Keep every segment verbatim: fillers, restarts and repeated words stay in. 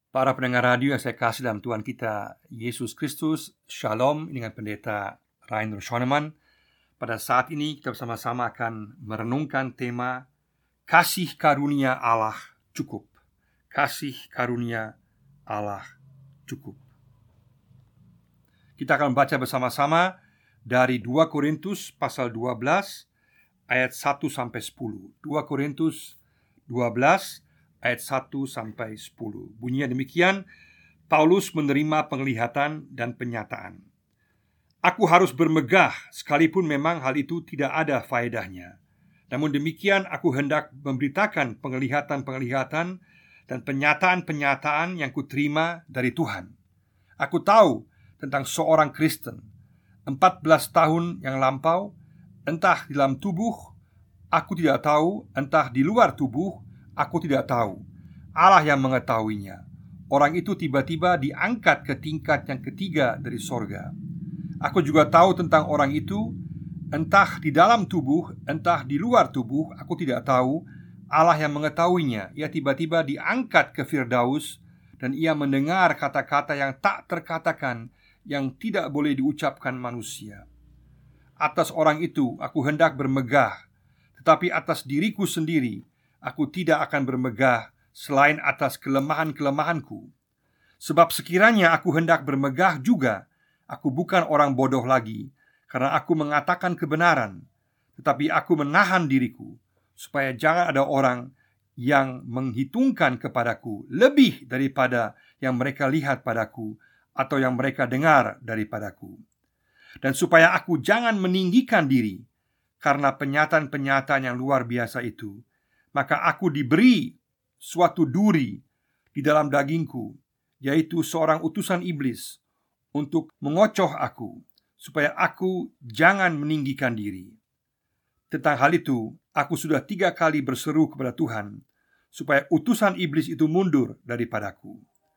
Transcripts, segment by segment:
Para pendengar radio yang saya kasih dalam Tuhan kita Yesus Kristus, Shalom dengan Pendeta Rainer Schoenemann. Pada saat ini kita bersama-sama akan merenungkan tema Kasih Karunia Allah Cukup. Kasih Karunia Allah Cukup. Kita akan baca bersama-sama dari dua Korintus pasal dua belas ayat satu sampai sepuluh. dua Korintus dua belas ayat satu sampai sepuluh. Bunyinya demikian: Paulus menerima penglihatan dan penyataan. Aku harus bermegah, sekalipun memang hal itu tidak ada faedahnya. Namun demikian aku hendak memberitakan penglihatan-penglihatan dan penyataan-penyataan yang kuterima dari Tuhan. Aku tahu tentang seorang Kristen empat belas tahun yang lampau, entah di dalam tubuh aku tidak tahu, entah di luar tubuh aku tidak tahu. Allah yang mengetahuinya. Orang itu tiba-tiba diangkat ke tingkat yang ketiga dari sorga. Aku juga tahu tentang orang itu, entah di dalam tubuh, entah di luar tubuh, aku tidak tahu. Allah yang mengetahuinya. Ia tiba-tiba diangkat ke Firdaus, dan ia mendengar kata-kata yang tak terkatakan, yang tidak boleh diucapkan manusia. Atas orang itu aku hendak bermegah, tetapi atas diriku sendiri aku tidak akan bermegah selain atas kelemahan-kelemahanku. Sebab sekiranya aku hendak bermegah juga, aku bukan orang bodoh lagi, karena aku mengatakan kebenaran. Tetapi aku menahan diriku, supaya jangan ada orang yang menghitungkan kepadaku lebih daripada yang mereka lihat padaku, atau yang mereka dengar daripadaku. Dan supaya aku jangan meninggikan diri karena penyataan-penyataan yang luar biasa itu, maka aku diberi suatu duri di dalam dagingku, yaitu seorang utusan iblis, untuk mengocoh aku, supaya aku jangan meninggikan diri. Tentang hal itu, aku sudah tiga kali berseru kepada Tuhan, supaya utusan iblis itu mundur daripadaku.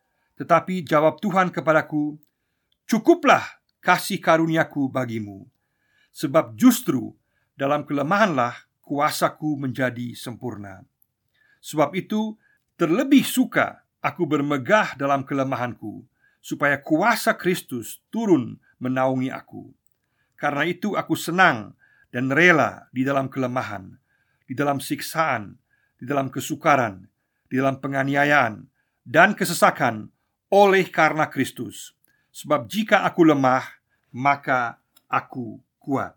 Tetapi jawab Tuhan kepadaku, "Cukuplah kasih karuniaku bagimu, sebab justru dalam kelemahanlah kuasaku menjadi sempurna. Sebab itu terlebih suka aku bermegah dalam kelemahanku, supaya kuasa Kristus turun menaungi aku. Karena itu aku senang dan rela di dalam kelemahan, di dalam siksaan, di dalam kesukaran, di dalam penganiayaan dan kesesakan oleh karena Kristus. Sebab jika aku lemah, maka aku kuat."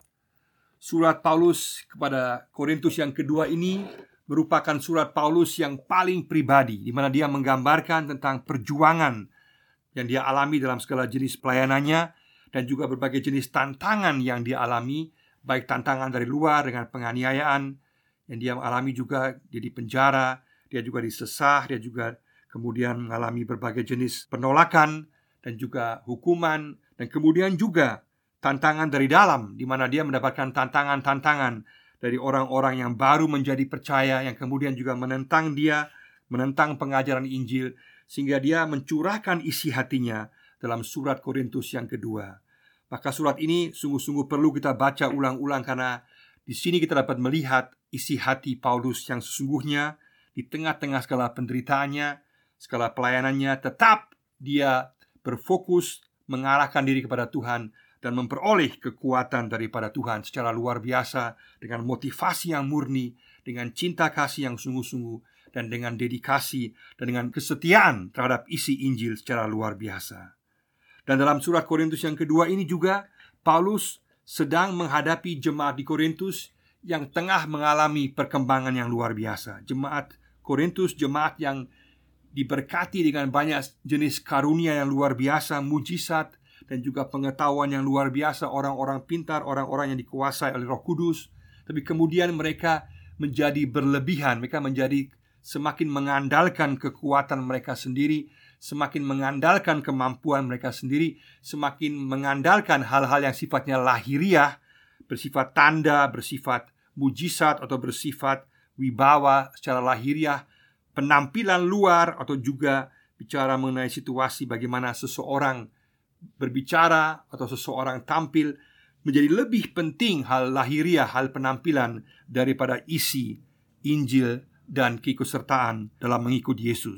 Surat Paulus kepada Korintus yang kedua ini merupakan surat Paulus yang paling pribadi, di mana dia menggambarkan tentang perjuangan yang dia alami dalam segala jenis pelayanannya, dan juga berbagai jenis tantangan yang dia alami, baik tantangan dari luar dengan penganiayaan yang dia alami, juga dia di penjara, dia juga disesah, dia juga kemudian mengalami berbagai jenis penolakan dan juga hukuman, dan kemudian juga tantangan dari dalam, di mana dia mendapatkan tantangan-tantangan dari orang-orang yang baru menjadi percaya, yang kemudian juga menentang dia, menentang pengajaran Injil, sehingga dia mencurahkan isi hatinya dalam surat Korintus yang kedua. Maka surat ini sungguh-sungguh perlu kita baca ulang-ulang, karena di sini kita dapat melihat isi hati Paulus yang sesungguhnya. Di tengah-tengah segala penderitaannya, segala pelayanannya, tetap dia berfokus mengarahkan diri kepada Tuhan dan memperoleh kekuatan daripada Tuhan secara luar biasa, dengan motivasi yang murni, dengan cinta kasih yang sungguh-sungguh, dan dengan dedikasi dan dengan kesetiaan terhadap isi Injil secara luar biasa. Dan dalam surat Korintus yang kedua ini juga Paulus sedang menghadapi jemaat di Korintus yang tengah mengalami perkembangan yang luar biasa. Jemaat Korintus, jemaat yang diberkati dengan banyak jenis karunia yang luar biasa, mujizat, dan juga pengetahuan yang luar biasa, orang-orang pintar, orang-orang yang dikuasai oleh Roh Kudus. Tapi kemudian mereka menjadi berlebihan, mereka menjadi semakin mengandalkan kekuatan mereka sendiri, semakin mengandalkan kemampuan mereka sendiri, semakin mengandalkan hal-hal yang sifatnya lahiriah, bersifat tanda, bersifat mujizat, atau bersifat wibawa secara lahiriah, penampilan luar, atau juga bicara mengenai situasi bagaimana seseorang berbicara atau seseorang tampil, menjadi lebih penting hal lahiriah, hal penampilan, daripada isi Injil dan keikutsertaan dalam mengikuti Yesus.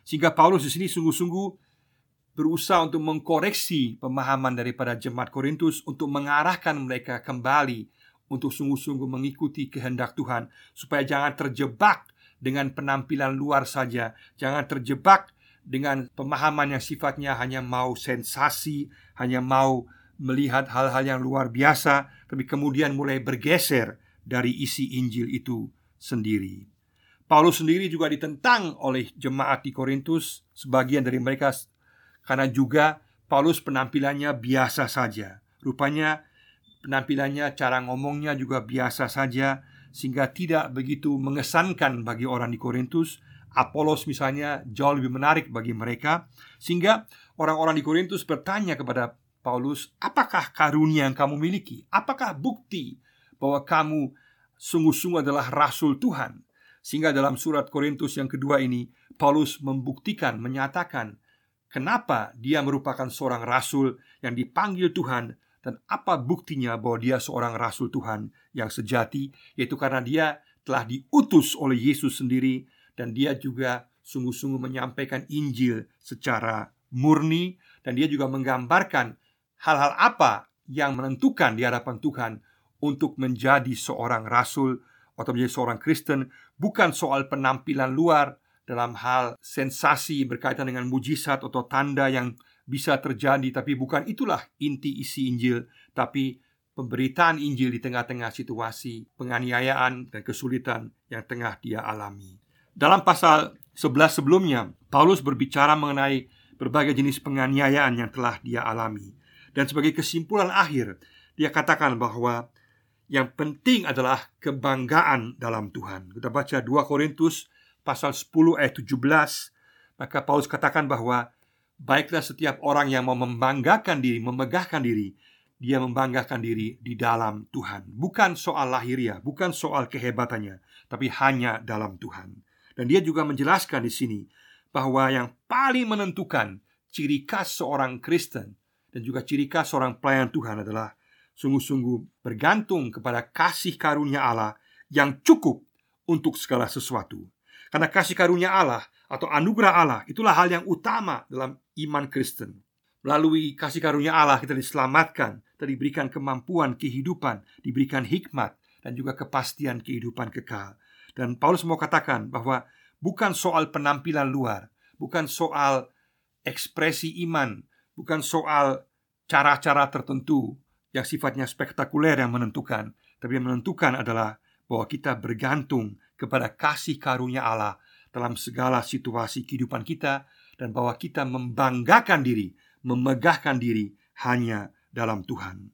Sehingga Paulus di sini sungguh-sungguh berusaha untuk mengkoreksi pemahaman daripada jemaat Korintus, untuk mengarahkan mereka kembali untuk sungguh-sungguh mengikuti kehendak Tuhan, supaya jangan terjebak dengan penampilan luar saja, jangan terjebak dengan pemahaman yang sifatnya hanya mau sensasi, hanya mau melihat hal-hal yang luar biasa, tapi kemudian mulai bergeser dari isi Injil itu sendiri. Paulus sendiri juga ditentang oleh jemaat di Korintus, sebagian dari mereka, karena juga Paulus penampilannya biasa saja. Rupanya penampilannya, cara ngomongnya juga biasa saja, sehingga tidak begitu mengesankan bagi orang di Korintus. Apolos misalnya jauh lebih menarik bagi mereka, sehingga orang-orang di Korintus bertanya kepada Paulus, apakah karunia yang kamu miliki? Apakah bukti bahwa kamu sungguh-sungguh adalah rasul Tuhan? Sehingga dalam surat Korintus yang kedua ini, Paulus membuktikan, menyatakan kenapa dia merupakan seorang rasul yang dipanggil Tuhan, dan apa buktinya bahwa dia seorang rasul Tuhan yang sejati, yaitu karena dia telah diutus oleh Yesus sendiri, dan dia juga sungguh-sungguh menyampaikan Injil secara murni, dan dia juga menggambarkan hal-hal apa yang menentukan di hadapan Tuhan untuk menjadi seorang rasul atau menjadi seorang Kristen. Bukan soal penampilan luar dalam hal sensasi berkaitan dengan mujizat atau tanda yang bisa terjadi, tapi bukan itulah inti isi Injil, tapi pemberitaan Injil di tengah-tengah situasi penganiayaan dan kesulitan yang tengah dia alami. Dalam pasal sebelas sebelumnya, Paulus berbicara mengenai berbagai jenis penganiayaan yang telah dia alami, dan sebagai kesimpulan akhir, dia katakan bahwa yang penting adalah kebanggaan dalam Tuhan. Kita baca dua Korintus pasal sepuluh ayat tujuh belas. Maka Paulus katakan bahwa baiklah setiap orang yang mau membanggakan diri, memegahkan diri, dia membanggakan diri di dalam Tuhan. Bukan soal lahiriah, bukan soal kehebatannya, tapi hanya dalam Tuhan. Dan dia juga menjelaskan di sini bahwa yang paling menentukan ciri khas seorang Kristen dan juga ciri khas seorang pelayan Tuhan adalah sungguh-sungguh bergantung kepada kasih karunia Allah yang cukup untuk segala sesuatu. Karena kasih karunia Allah atau anugerah Allah itulah hal yang utama dalam iman Kristen. Melalui kasih karunia Allah kita diselamatkan, kita diberikan kemampuan kehidupan, diberikan hikmat, dan juga kepastian kehidupan kekal. Dan Paulus mau katakan bahwa bukan soal penampilan luar, bukan soal ekspresi iman, bukan soal cara-cara tertentu yang sifatnya spektakuler yang menentukan, tapi yang menentukan adalah bahwa kita bergantung kepada kasih karunia Allah dalam segala situasi kehidupan kita, dan bahwa kita membanggakan diri, memegahkan diri hanya dalam Tuhan.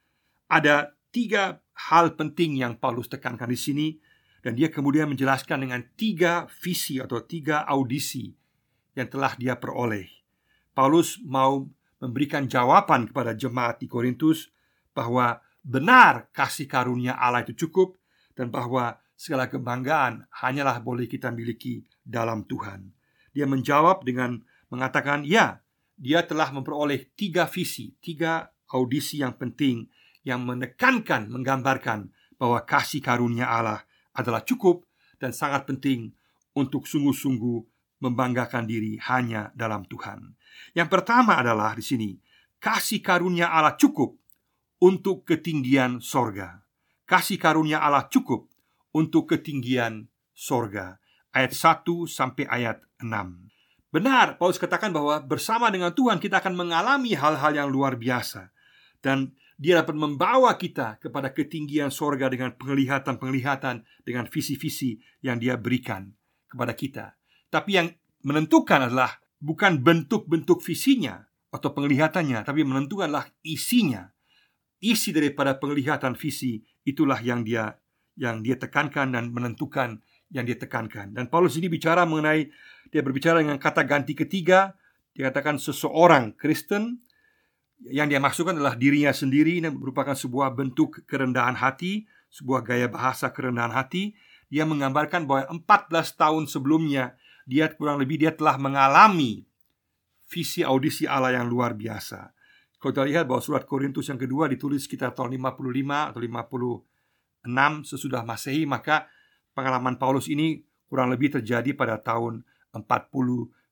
Ada tiga hal penting yang Paulus tekankan di sini, dan dia kemudian menjelaskan dengan tiga visi atau tiga audisi yang telah dia peroleh. Paulus mau memberikan jawaban kepada jemaat di Korintus bahwa benar kasih karunia Allah itu cukup, dan bahwa segala kebanggaan hanyalah boleh kita miliki dalam Tuhan. Dia menjawab dengan mengatakan, ya, dia telah memperoleh tiga visi, tiga audisi yang penting yang menekankan, menggambarkan bahwa kasih karunia Allah adalah cukup dan sangat penting untuk sungguh-sungguh membanggakan diri hanya dalam Tuhan. Yang pertama adalah di sini, kasih karunia Allah cukup untuk ketinggian sorga. Kasih karunia Allah cukup untuk ketinggian sorga. Ayat satu sampai ayat enam. Benar, Paulus katakan bahwa bersama dengan Tuhan kita akan mengalami hal-hal yang luar biasa, dan dia dapat membawa kita kepada ketinggian sorga dengan penglihatan-penglihatan, dengan visi-visi yang dia berikan kepada kita. Tapi yang menentukan adalah bukan bentuk-bentuk visinya atau penglihatannya, tapi menentukanlah isinya. Isi daripada penglihatan visi itulah yang dia yang dia tekankan dan menentukan yang dia tekankan. Dan Paulus ini bicara mengenai, dia berbicara dengan kata ganti ketiga. Dia katakan seseorang Kristen, yang dia maksudkan adalah dirinya sendiri, dan merupakan sebuah bentuk kerendahan hati, sebuah gaya bahasa kerendahan hati. Dia menggambarkan bahwa empat belas tahun sebelumnya dia kurang lebih dia telah mengalami visi audisi Allah yang luar biasa. Kalau kita lihat bahwa surat Korintus yang kedua ditulis sekitar tahun lima puluh lima atau lima puluh enam sesudah Masehi, maka pengalaman Paulus ini kurang lebih terjadi pada tahun empat puluh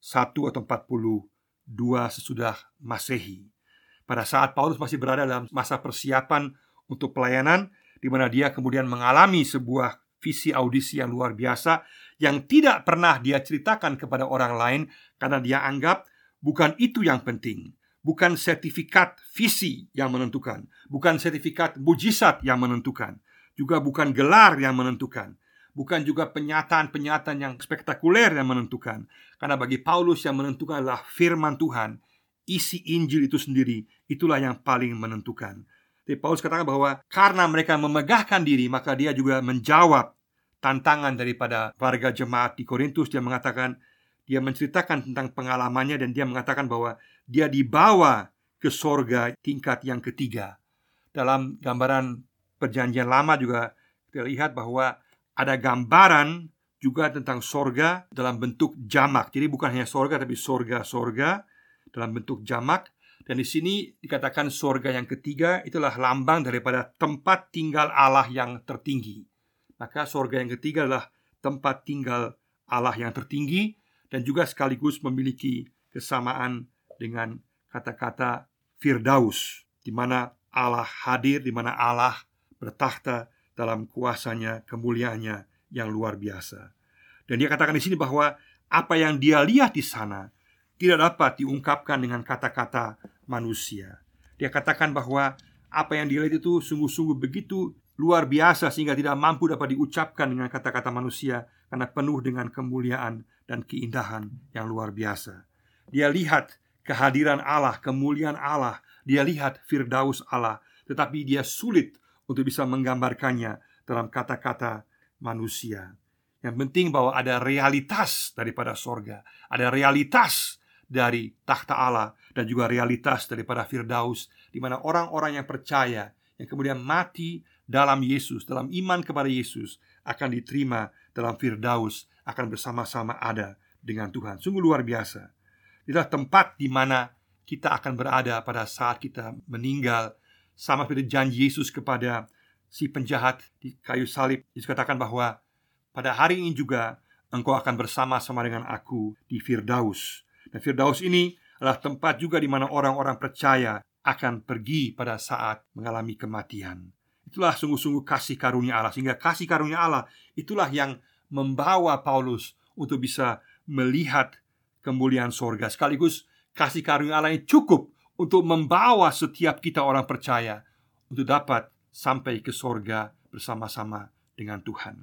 satu atau empat puluh dua sesudah Masehi. Pada saat Paulus masih berada dalam masa persiapan untuk pelayanan, di mana dia kemudian mengalami sebuah visi audisi yang luar biasa yang tidak pernah dia ceritakan kepada orang lain, karena dia anggap bukan itu yang penting. Bukan sertifikat visi yang menentukan, bukan sertifikat mujizat yang menentukan, juga bukan gelar yang menentukan, bukan juga penyataan-penyataan yang spektakuler yang menentukan. Karena bagi Paulus yang menentukan adalah firman Tuhan, isi Injil itu sendiri, itulah yang paling menentukan. Jadi Paulus katakan bahwa karena mereka memegahkan diri, maka dia juga menjawab tantangan daripada warga jemaat di Korintus. Dia mengatakan, dia menceritakan tentang pengalamannya, dan dia mengatakan bahwa dia dibawa ke sorga tingkat yang ketiga. Dalam gambaran perjanjian lama juga kita lihat bahwa ada gambaran juga tentang sorga dalam bentuk jamak. Jadi bukan hanya sorga, tapi sorga-sorga dalam bentuk jamak. Dan di sini dikatakan sorga yang ketiga itulah lambang daripada tempat tinggal Allah yang tertinggi. Maka sorga yang ketiga adalah tempat tinggal Allah yang tertinggi, dan juga sekaligus memiliki kesamaan dengan kata-kata Firdaus, di mana Allah hadir, di mana Allah bertakhta dalam kuasanya, kemuliaannya yang luar biasa. Dan dia katakan di sini bahwa apa yang dia lihat di sana tidak dapat diungkapkan dengan kata-kata manusia. Dia katakan bahwa apa yang dia lihat itu sungguh-sungguh begitu luar biasa sehingga tidak mampu dapat diucapkan dengan kata-kata manusia, karena penuh dengan kemuliaan dan keindahan yang luar biasa. Dia lihat kehadiran Allah, kemuliaan Allah. Dia lihat Firdaus Allah, tetapi dia sulit untuk bisa menggambarkannya dalam kata-kata manusia. Yang penting bahwa ada realitas daripada sorga, ada realitas dari takhta Allah, dan juga realitas daripada Firdaus, di mana orang-orang yang percaya, yang kemudian mati dalam Yesus, dalam iman kepada Yesus, akan diterima dalam Firdaus, akan bersama-sama ada dengan Tuhan. Sungguh luar biasa. Itulah tempat di mana kita akan berada pada saat kita meninggal. Sama seperti janji Yesus kepada si penjahat di kayu salib. Yesus katakan bahwa pada hari ini juga engkau akan bersama-sama dengan aku di Firdaus. Dan Firdaus ini adalah tempat juga di mana orang-orang percaya akan pergi pada saat mengalami kematian. Itulah sungguh-sungguh kasih karunia Allah. Sehingga kasih karunia Allah itulah yang membawa Paulus untuk bisa melihat kemuliaan sorga. Sekaligus kasih karunia Allah yang cukup untuk membawa setiap kita orang percaya untuk dapat sampai ke sorga bersama-sama dengan Tuhan.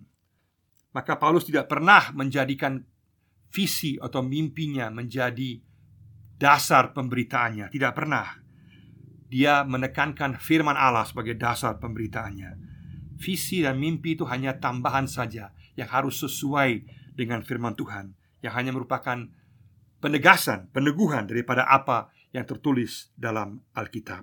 Maka Paulus tidak pernah menjadikan visi atau mimpinya menjadi dasar pemberitaannya. Tidak pernah. Dia menekankan firman Allah sebagai dasar pemberitaannya. Visi dan mimpi itu hanya tambahan saja yang harus sesuai dengan firman Tuhan, yang hanya merupakan penegasan, peneguhan daripada apa yang tertulis dalam Alkitab.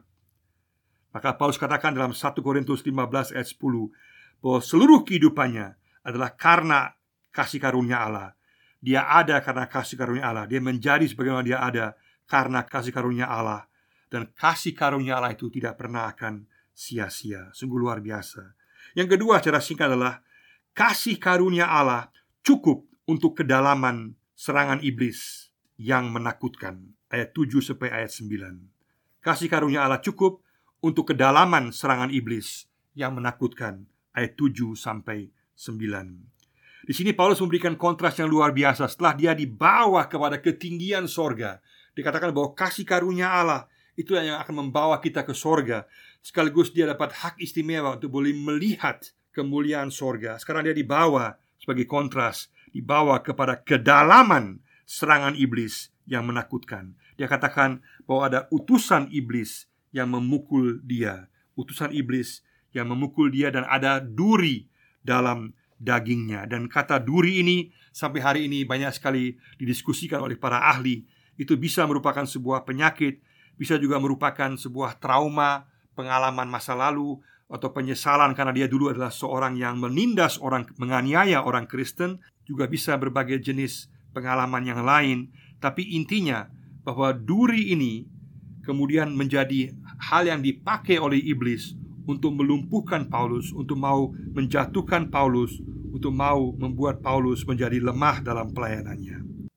Maka Paulus katakan dalam satu Korintus lima belas ayat sepuluh bahwa seluruh kehidupannya adalah karena kasih karunia Allah. Dia ada karena kasih karunia Allah. Dia menjadi sebagaimana dia ada karena kasih karunia Allah. Dan kasih karunia Allah itu tidak pernah akan sia-sia. Sungguh luar biasa. Yang kedua secara singkat adalah kasih karunia Allah cukup untuk kedalaman serangan iblis yang menakutkan. Ayat tujuh sampai ayat sembilan. Kasih karunia Allah cukup untuk kedalaman serangan iblis yang menakutkan. Ayat tujuh sampai sembilan. Di sini Paulus memberikan kontras yang luar biasa. Setelah dia dibawa kepada ketinggian sorga, dikatakan bahwa kasih karunia Allah itu yang akan membawa kita ke sorga. Sekaligus dia dapat hak istimewa untuk boleh melihat kemuliaan sorga. Sekarang dia dibawa sebagai kontras, dibawa kepada kedalaman serangan iblis yang menakutkan. Dia katakan bahwa ada utusan iblis yang memukul dia, utusan iblis yang memukul dia, dan ada duri dalam dagingnya. Dan kata duri ini sampai hari ini banyak sekali didiskusikan oleh para ahli. Itu bisa merupakan sebuah penyakit, bisa juga merupakan sebuah trauma, pengalaman masa lalu, atau penyesalan karena dia dulu adalah seorang yang menindas orang, menganiaya orang Kristen. Juga bisa berbagai jenis pengalaman yang lain. Tapi intinya bahwa duri ini kemudian menjadi hal yang dipakai oleh iblis untuk melumpuhkan Paulus, untuk mau menjatuhkan Paulus, untuk mau membuat Paulus menjadi lemah dalam pelayanannya.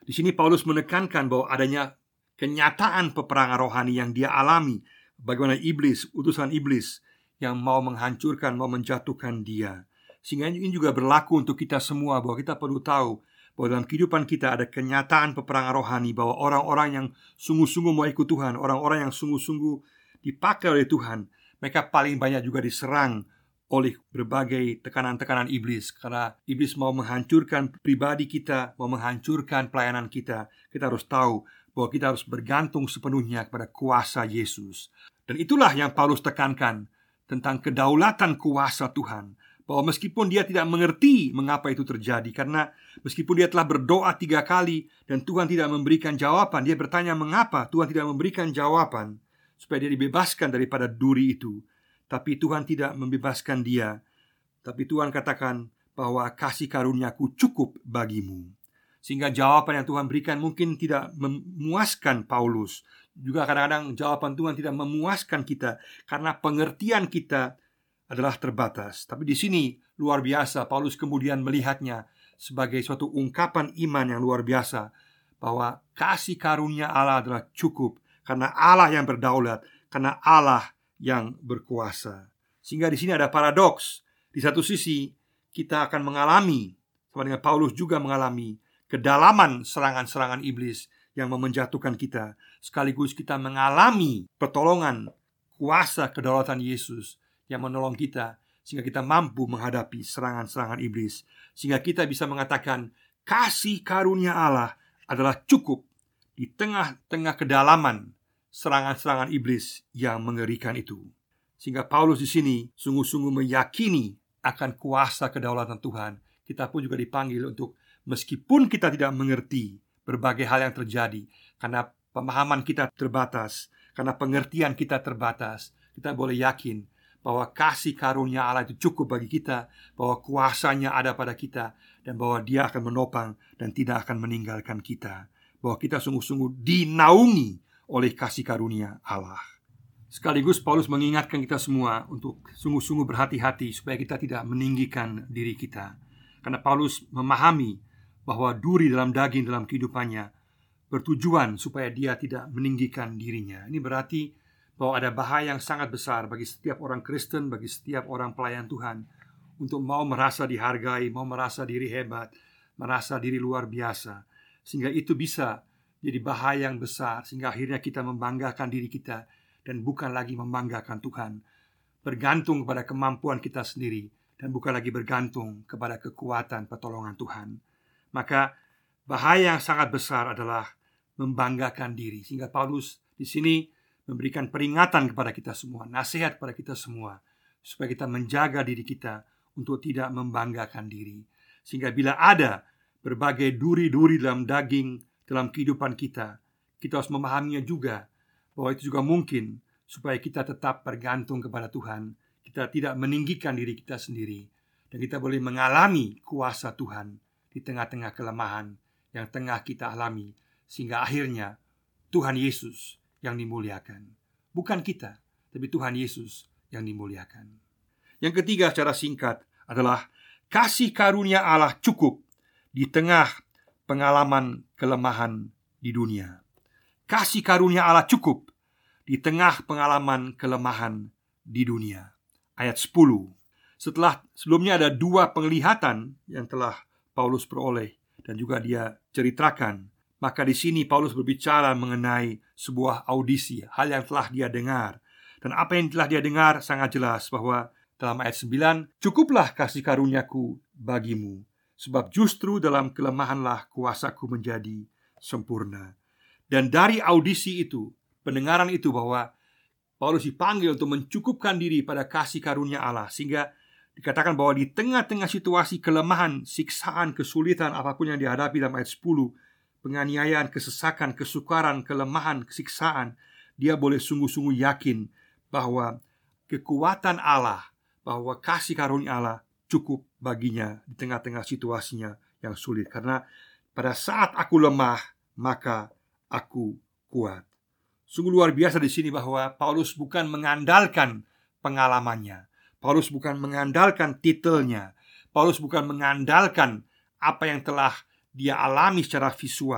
Di sini Paulus menekankan bahwa adanya kenyataan peperangan rohani yang dia alami, bagaimana iblis, utusan iblis yang mau menghancurkan, mau menjatuhkan dia. Sehingga ini juga berlaku untuk kita semua, bahwa kita perlu tahu bahwa dalam kehidupan kita ada kenyataan peperangan rohani, bahwa orang-orang yang sungguh-sungguh mau ikut Tuhan, orang-orang yang sungguh-sungguh dipakai oleh Tuhan, mereka paling banyak juga diserang oleh berbagai tekanan-tekanan iblis. Karena iblis mau menghancurkan pribadi kita, mau menghancurkan pelayanan kita. Kita harus tahu bahwa kita harus bergantung sepenuhnya kepada kuasa Yesus. Dan itulah yang Paulus tekankan tentang kedaulatan kuasa Tuhan, bahwa meskipun dia tidak mengerti mengapa itu terjadi, karena meskipun dia telah berdoa tiga kali dan Tuhan tidak memberikan jawaban, dia bertanya mengapa Tuhan tidak memberikan jawaban supaya dia dibebaskan daripada duri itu. Tapi Tuhan tidak membebaskan dia. Tapi Tuhan katakan bahwa kasih karuniaku cukup bagimu. Sehingga jawaban yang Tuhan berikan mungkin tidak memuaskan Paulus. Juga kadang-kadang jawaban Tuhan tidak memuaskan kita, karena pengertian kita adalah terbatas. Tapi di sini luar biasa, Paulus kemudian melihatnya sebagai suatu ungkapan iman yang luar biasa, bahwa kasih karunia Allah adalah cukup, karena Allah yang berdaulat, karena Allah yang berkuasa. Sehingga di sini ada paradoks. Di satu sisi kita akan mengalami, sama dengan Paulus juga mengalami, kedalaman serangan-serangan iblis yang menjatuhkan kita. Sekaligus kita mengalami pertolongan, kuasa kedaulatan Yesus yang menolong kita, sehingga kita mampu menghadapi serangan-serangan iblis. Sehingga kita bisa mengatakan kasih karunia Allah adalah cukup di tengah-tengah kedalaman serangan-serangan iblis yang mengerikan itu. Sehingga Paulus di sini sungguh-sungguh meyakini akan kuasa kedaulatan Tuhan. Kita pun juga dipanggil untuk, meskipun kita tidak mengerti berbagai hal yang terjadi, karena pemahaman kita terbatas, karena pengertian kita terbatas, kita boleh yakin bahwa kasih karunia Allah itu cukup bagi kita, bahwa kuasanya ada pada kita, dan bahwa Dia akan menopang dan tidak akan meninggalkan kita, bahwa kita sungguh-sungguh dinaungi oleh kasih karunia Allah. Sekaligus Paulus mengingatkan kita semua untuk sungguh-sungguh berhati-hati supaya kita tidak meninggikan diri kita. Karena Paulus memahami bahwa duri dalam daging dalam kehidupannya bertujuan supaya dia tidak meninggikan dirinya. Ini berarti bahwa ada bahaya yang sangat besar bagi setiap orang Kristen, bagi setiap orang pelayan Tuhan, untuk mau merasa dihargai, mau merasa diri hebat, merasa diri luar biasa. Sehingga itu bisa jadi bahaya yang besar, sehingga akhirnya kita membanggakan diri kita dan bukan lagi membanggakan Tuhan, bergantung kepada kemampuan kita sendiri dan bukan lagi bergantung kepada kekuatan pertolongan Tuhan. Maka bahaya yang sangat besar adalah membanggakan diri. Sehingga Paulus di sini memberikan peringatan kepada kita semua, nasihat kepada kita semua, supaya kita menjaga diri kita untuk tidak membanggakan diri. Sehingga bila ada berbagai duri-duri dalam daging dalam kehidupan kita, kita harus memahaminya juga, bahwa itu juga mungkin supaya kita tetap bergantung kepada Tuhan. Kita tidak meninggikan diri kita sendiri, dan kita boleh mengalami kuasa Tuhan di tengah-tengah kelemahan yang tengah kita alami, sehingga akhirnya Tuhan Yesus yang dimuliakan, bukan kita, tapi Tuhan Yesus yang dimuliakan. Yang ketiga secara singkat adalah kasih karunia Allah cukup di tengah pengalaman kelemahan di dunia. Kasih karunia Allah cukup di tengah pengalaman kelemahan di dunia. Ayat sepuluh. Setelah sebelumnya ada dua penglihatan yang telah Paulus peroleh dan juga dia ceritakan, maka di sini Paulus berbicara mengenai sebuah audisi, hal yang telah dia dengar. Dan apa yang telah dia dengar sangat jelas, bahwa dalam ayat sembilan, cukuplah kasih karuniaku bagimu, sebab justru dalam kelemahanlah kuasaku menjadi sempurna. Dan dari audisi itu, pendengaran itu, bahwa Paulus dipanggil untuk mencukupkan diri pada kasih karunia Allah, sehingga dikatakan bahwa di tengah-tengah situasi kelemahan, siksaan, kesulitan apapun yang dihadapi dalam ayat sepuluh, penganiayaan, kesesakan, kesukaran, kelemahan, siksaan, dia boleh sungguh-sungguh yakin bahwa kekuatan Allah, bahwa kasih karunia Allah cukup baginya di tengah-tengah situasinya yang sulit. Karena pada saat aku lemah, maka aku kuat. Sungguh luar biasa di sini bahwa Paulus bukan mengandalkan pengalamannya, Paulus bukan mengandalkan titelnya, Paulus bukan mengandalkan apa yang telah dia alami secara visual,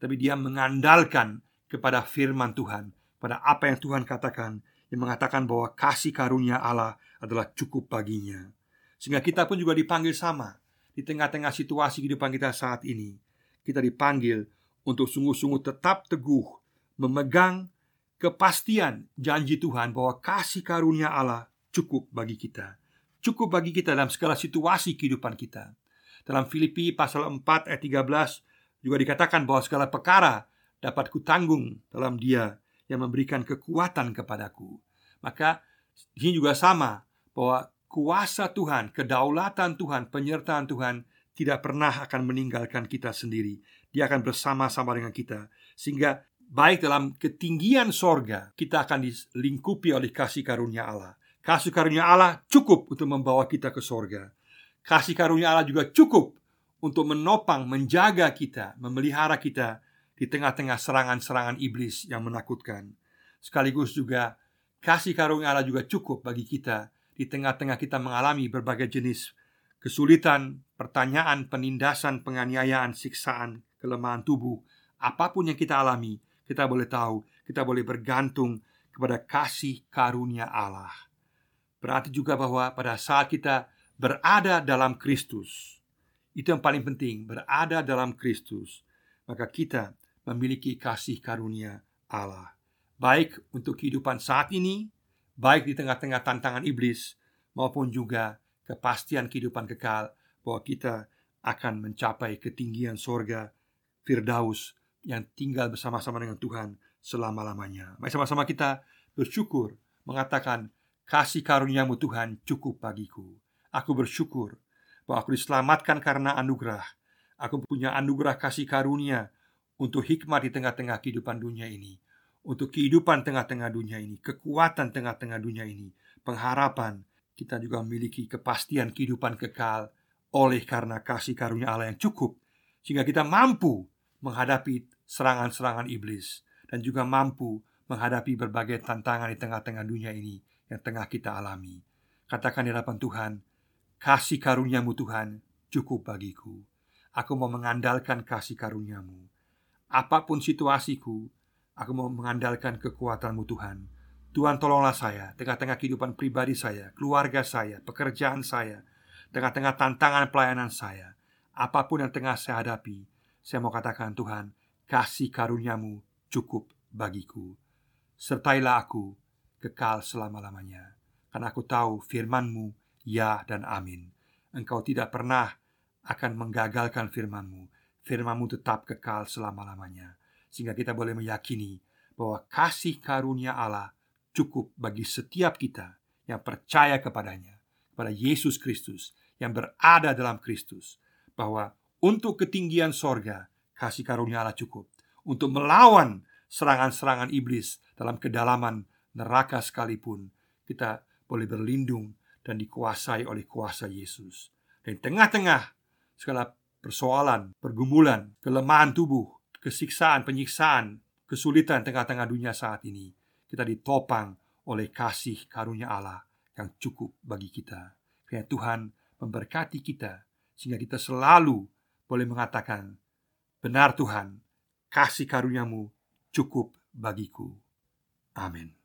tapi dia mengandalkan kepada firman Tuhan, pada apa yang Tuhan katakan, yang mengatakan bahwa kasih karunia Allah adalah cukup baginya. Sehingga kita pun juga dipanggil sama. Di tengah-tengah situasi kehidupan kita saat ini, kita dipanggil untuk sungguh-sungguh tetap teguh memegang kepastian janji Tuhan bahwa kasih karunia Allah cukup bagi kita. Cukup bagi kita dalam segala situasi kehidupan kita. Dalam Filipi pasal empat ayat tiga belas juga dikatakan bahwa segala perkara dapat kutanggung dalam Dia yang memberikan kekuatan kepadaku. Maka di sini juga sama, bahwa kuasa Tuhan, kedaulatan Tuhan, penyertaan Tuhan tidak pernah akan meninggalkan kita sendiri. Dia akan bersama-sama dengan kita. Sehingga baik dalam ketinggian sorga, kita akan dilingkupi oleh kasih karunia Allah. Kasih karunia Allah cukup untuk membawa kita ke sorga. Kasih karunia Allah juga cukup untuk menopang, menjaga kita, memelihara kita di tengah-tengah serangan-serangan iblis yang menakutkan. Sekaligus juga kasih karunia Allah juga cukup bagi kita di tengah-tengah kita mengalami berbagai jenis kesulitan, pertanyaan, penindasan, penganiayaan, siksaan, kelemahan tubuh. Apapun yang kita alami, kita boleh tahu, kita boleh bergantung kepada kasih karunia Allah. Berarti juga bahwa pada saat kita berada dalam Kristus, itu yang paling penting, berada dalam Kristus, maka kita memiliki kasih karunia Allah, baik untuk kehidupan saat ini, baik di tengah-tengah tantangan iblis, maupun juga kepastian kehidupan kekal, bahwa kita akan mencapai ketinggian sorga Firdaus yang tinggal bersama-sama dengan Tuhan selama-lamanya. Mari sama-sama kita bersyukur, mengatakan, kasih karuniamu Tuhan cukup bagiku. Aku bersyukur bahwa aku diselamatkan karena anugerah. Aku punya anugerah kasih karunia untuk hikmat di tengah-tengah kehidupan dunia ini, untuk kehidupan tengah-tengah dunia ini, kekuatan tengah-tengah dunia ini, pengharapan. Kita juga memiliki kepastian kehidupan kekal oleh karena kasih karunia Allah yang cukup, sehingga kita mampu menghadapi serangan-serangan iblis, dan juga mampu menghadapi berbagai tantangan di tengah-tengah dunia ini yang tengah kita alami. Katakan di hadapan Tuhan, kasih karuniamu Tuhan cukup bagiku. Aku mau mengandalkan kasih karuniamu. Apapun situasiku, aku mau mengandalkan kekuatanmu Tuhan. Tuhan, tolonglah saya tengah-tengah kehidupan pribadi saya, keluarga saya, pekerjaan saya, tengah-tengah tantangan pelayanan saya. Apapun yang tengah saya hadapi, saya mau katakan, Tuhan, kasih karuniamu cukup bagiku. Sertailah aku kekal selama-lamanya, karena aku tahu firman-Mu ya dan amin. Engkau tidak pernah akan menggagalkan firman-Mu. Firman-Mu tetap kekal selama-lamanya, sehingga kita boleh meyakini bahwa kasih karunia Allah cukup bagi setiap kita yang percaya kepadanya, kepada Yesus Kristus, yang berada dalam Kristus. Bahwa untuk ketinggian sorga, kasih karunia Allah cukup untuk melawan serangan-serangan iblis dalam kedalaman neraka sekalipun. Kita boleh berlindung dan dikuasai oleh kuasa Yesus. Dan tengah-tengah segala persoalan, pergumulan, kelemahan tubuh, kesiksaan, penyiksaan, kesulitan tengah-tengah dunia saat ini, kita ditopang oleh kasih karunia Allah yang cukup bagi kita. Kiranya Tuhan memberkati kita, sehingga kita selalu boleh mengatakan, benar Tuhan, kasih karuniamu cukup bagiku. Amin.